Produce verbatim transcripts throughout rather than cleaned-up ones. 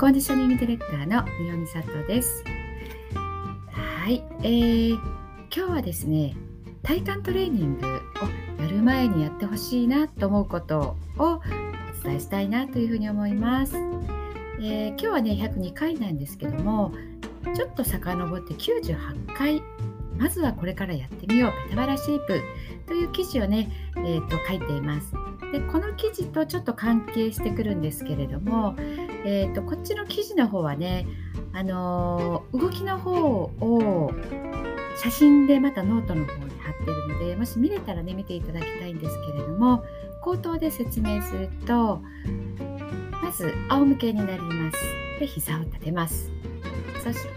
コンディショニングディレクターの三尾美里です。はい、えー、今日はですね、体幹トレーニングをやる前にやってほしいなと思うことをお伝えしたいなというふうに思います。えー、今日はねひゃくにかいなんですけども、ちょっと遡ってきゅうじゅうはちかい、まずはこれからやってみようペタバラシェイプという記事をね、えー、と書いています。でこの記事とちょっと関係してくるんですけれども、えー、とこっちの記事の方はね、あのー動きの方を写真でまたノートの方に貼っているので、もし見れたらね見ていただきたいんですけれども、口頭で説明すると、まず仰向けになります。で膝を立てます。そして、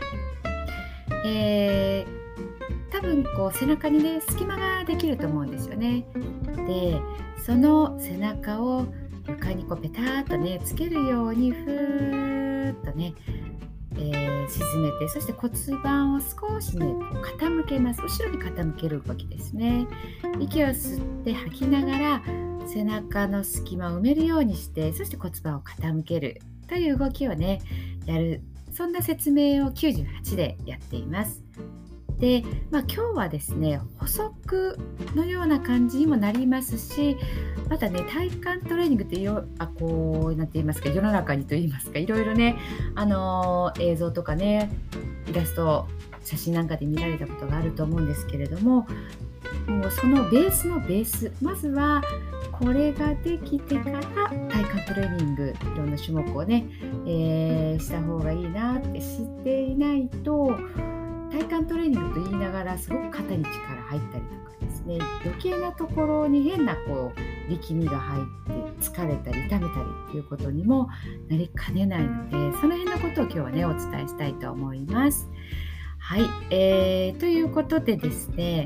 えー多分こう背中にね隙間ができると思うんですよね。でその背中を床にこうペタッとねつけるようにふーっとね、えー沈めて、そして骨盤を少しねこう傾けます。後ろに傾ける動きですね。息を吸って吐きながら背中の隙間を埋めるようにして、そして骨盤を傾けるという動きをねやる、そんな説明をきゅうじゅうはちでやっています。で、まあ、今日はですね補足のような感じにもなりますし、またね体幹トレーニングってよあこうなんて言いますか、世の中にと言いますか、いろいろね、あのー映像とかねイラスト写真なんかで見られたことがあると思うんですけれども、もうそのベースのベース、まずはこれができてから体幹トレーニング、いろんな種目をね、えーした方がいいなって知っていないと、体幹トレーニングと言いながらすごく肩に力入ったりとかですね、余計なところに変なこう力みが入って疲れたり痛めたりっていうことにもなりかねないので、その辺のことを今日はねお伝えしたいと思います。はい、えー、ということでですね、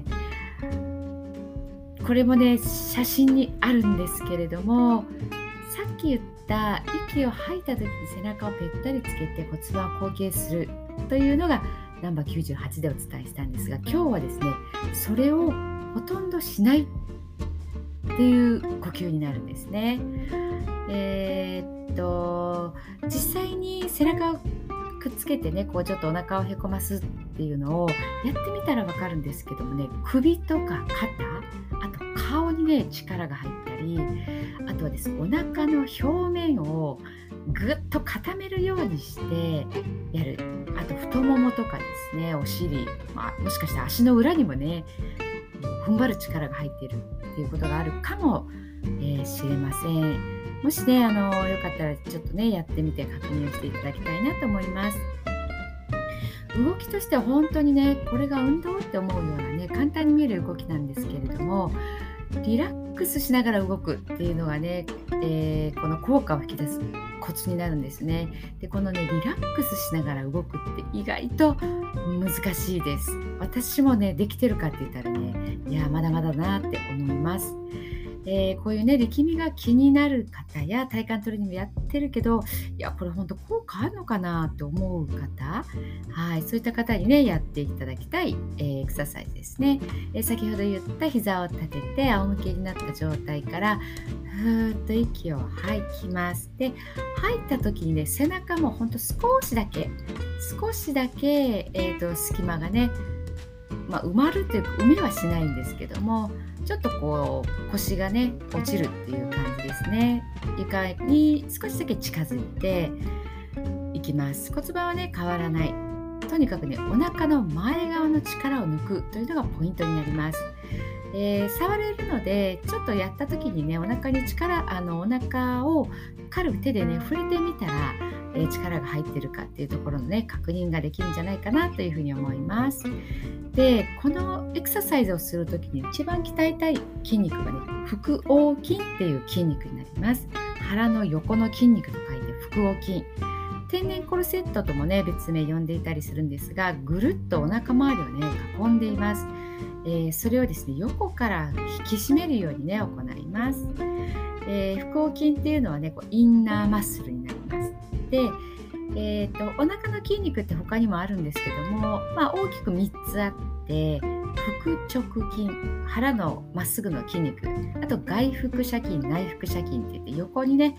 これもね写真にあるんですけれども、さっき言った息を吐いた時に背中をぺったりつけて骨盤を後傾するというのがナンバーきゅうじゅうはちでお伝えしたんですが、今日はですねそれをほとんどしないっていう呼吸になるんですね。えー、っと実際に背中をくっつけてねこうちょっとお腹をへこますっていうのをやってみたらわかるんですけどもね、首とか肩、あと顔にね力が入ったり、あとはですねお腹の表面をぐっと固めるようにしてやる。あと太ももとかですね、お尻、まあ、もしかしたら足の裏にもね踏ん張る力が入っているっていうことがあるかもえー、しれません。もしねあのよかったらちょっとねやってみて確認をしていただきたいなと思います。動きとしては本当にねこれが運動って思うようなね簡単に見える動きなんですけれども、リラックスしながら動くっていうのがね、えーこの効果を引き出すコツになるんですね。でこのねリラックスしながら動くって意外と難しいです。私もねできてるかって言ったらね、いやまだまだなって思います。えーこういうね力みが気になる方や体幹トレーニングやってるけど、いやこれ本当効果あるのかなって思う方、はい、そういった方にねやっていただきたい、えーエクササイズですね。えー先ほど言った膝を立てて仰向けになった状態からふーっと息を吐きます。で吐いた時にね背中もほんと少しだけ少しだけ、えーと隙間がね、まあ、埋まるというか埋めはしないんですけども、ちょっとこう腰がね落ちるっていう感じですね。床に少しだけ近づいていきます。骨盤はね変わらない。とにかくねお腹の前側の力を抜くというのがポイントになります。えー触れるのでちょっとやった時にねお腹に力あのお腹を軽く手でね触れてみたら、えー力が入ってるかっていうところのね確認ができるんじゃないかなというふうに思います。でこのエクササイズをする時に一番鍛えたい筋肉がね腹横筋っていう筋肉になります。腹の横の筋肉と書いて腹横筋。天然コルセットともね別名呼んでいたりするんですが、ぐるっとお腹周りをね囲んでいます。えーそれをですね横から引き締めるようにね行います。えー腹横筋っていうのはねこうインナーマッスルになります。で、えーとお腹の筋肉って他にもあるんですけども、まあ、大きくみっつあって、腹直筋、腹のまっすぐの筋肉、あと外腹斜筋、内腹斜筋って言って横にね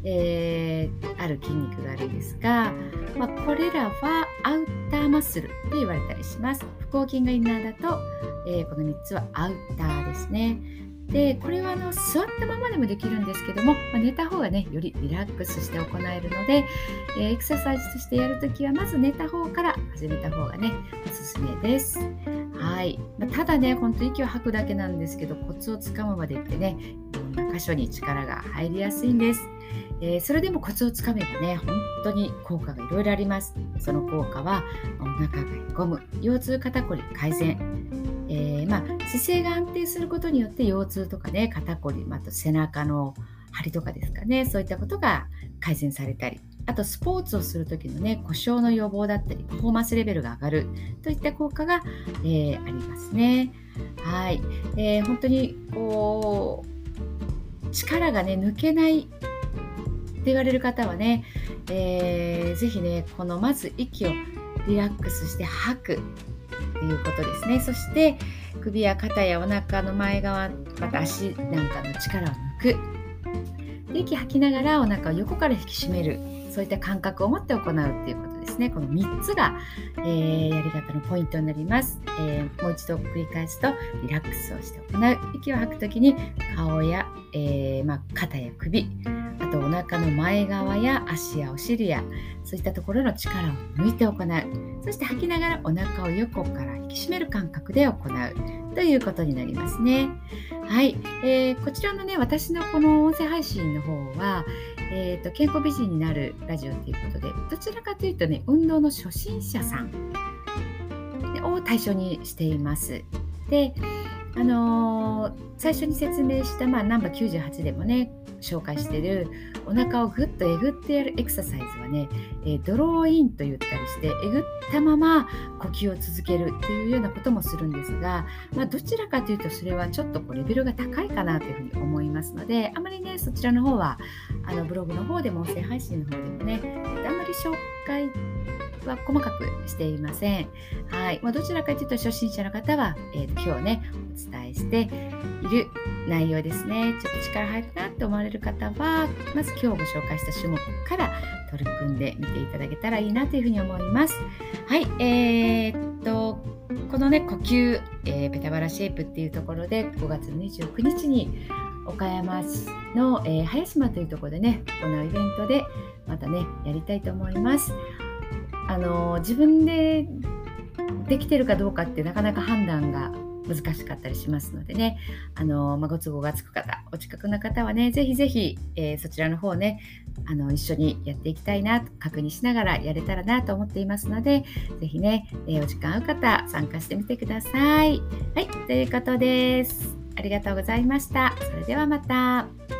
えー、ある筋肉があるんですが、まあ、これらはアウターマッスルと言われたりします。腹横筋がインナーだと、えー、このみっつはアウターですね。でこれはあの座ったままでもできるんですけども、まあ、寝た方がねよりリラックスして行えるので、えー、エクササイズとしてやるときはまず寝た方から始めた方がねおすすめです。はい、まあ、ただね本当息を吐くだけなんですけど、コツをつかむまでってねいろんな箇所に力が入りやすいんです。えー、それでもコツをつかめばね本当に効果がいろいろあります。その効果はお腹がへこむ、腰痛肩こり改善、えーまあ、姿勢が安定することによって腰痛とかね肩こり、また背中の張りとかですかね、そういったことが改善されたり、あとスポーツをする時のね故障の予防だったりパフォーマンスレベルが上がるといった効果が、えー、ありますね。はい、えー、本当にこう力がね抜けないって言われる方はね、えー、ぜひねこのまず息をリラックスして吐くということですね。そして首や肩やお腹の前側、また足なんかの力を抜く、息吐きながらお腹を横から引き締める、そういった感覚を持って行うっていうことですね。このみっつが、えー、やり方のポイントになります。えー、もう一度繰り返すと、リラックスをして行う。息を吐くときに顔や、えーまあ、肩や首、あとお腹の前側や足やお尻やそういったところの力を抜いて行う。そして吐きながらお腹を横から引き締める感覚で行うということになりますね。はい、えー、こちらのね私のこの音声配信の方は、えーと、健康美人になるラジオということで、どちらかというとね運動の初心者さんを対象にしています。であのー、最初に説明した、まあ、ナンバーきゅうじゅうはちでもね紹介しているお腹をぐっとえぐってやるエクササイズはね、えー、ドローインと言ったりしてえぐったまま呼吸を続けるっていうようなこともするんですが、まあ、どちらかというとそれはちょっとこうレベルが高いかなというふうに思いますので、あまりねそちらの方はあのブログの方でも音声配信の方でもねあまり紹介は細かくしていません。はい、まあ、どちらかというと初心者の方は、えー、今日ねお伝えしている内容ですね。ちょっと力入るなって思われる方はまず今日ご紹介した種目から取り組んでみていただけたらいいなというふうに思います。はい、えー、っとこのね呼吸、えー、ペタバラシェイプっていうところでごがつのにじゅうくにちに岡山市の、えー、早島というところでね行うイベントでまたねやりたいと思います。あの自分でできてるかどうかってなかなか判断が難しかったりしますのでね、あの、まあ、ご都合がつく方、お近くの方はねぜひぜひ、えー、そちらの方ねあの一緒にやっていきたいなと確認しながらやれたらなと思っていますので、ぜひね、えー、お時間合う方参加してみてください。はい、ということです。ありがとうございました。それではまた。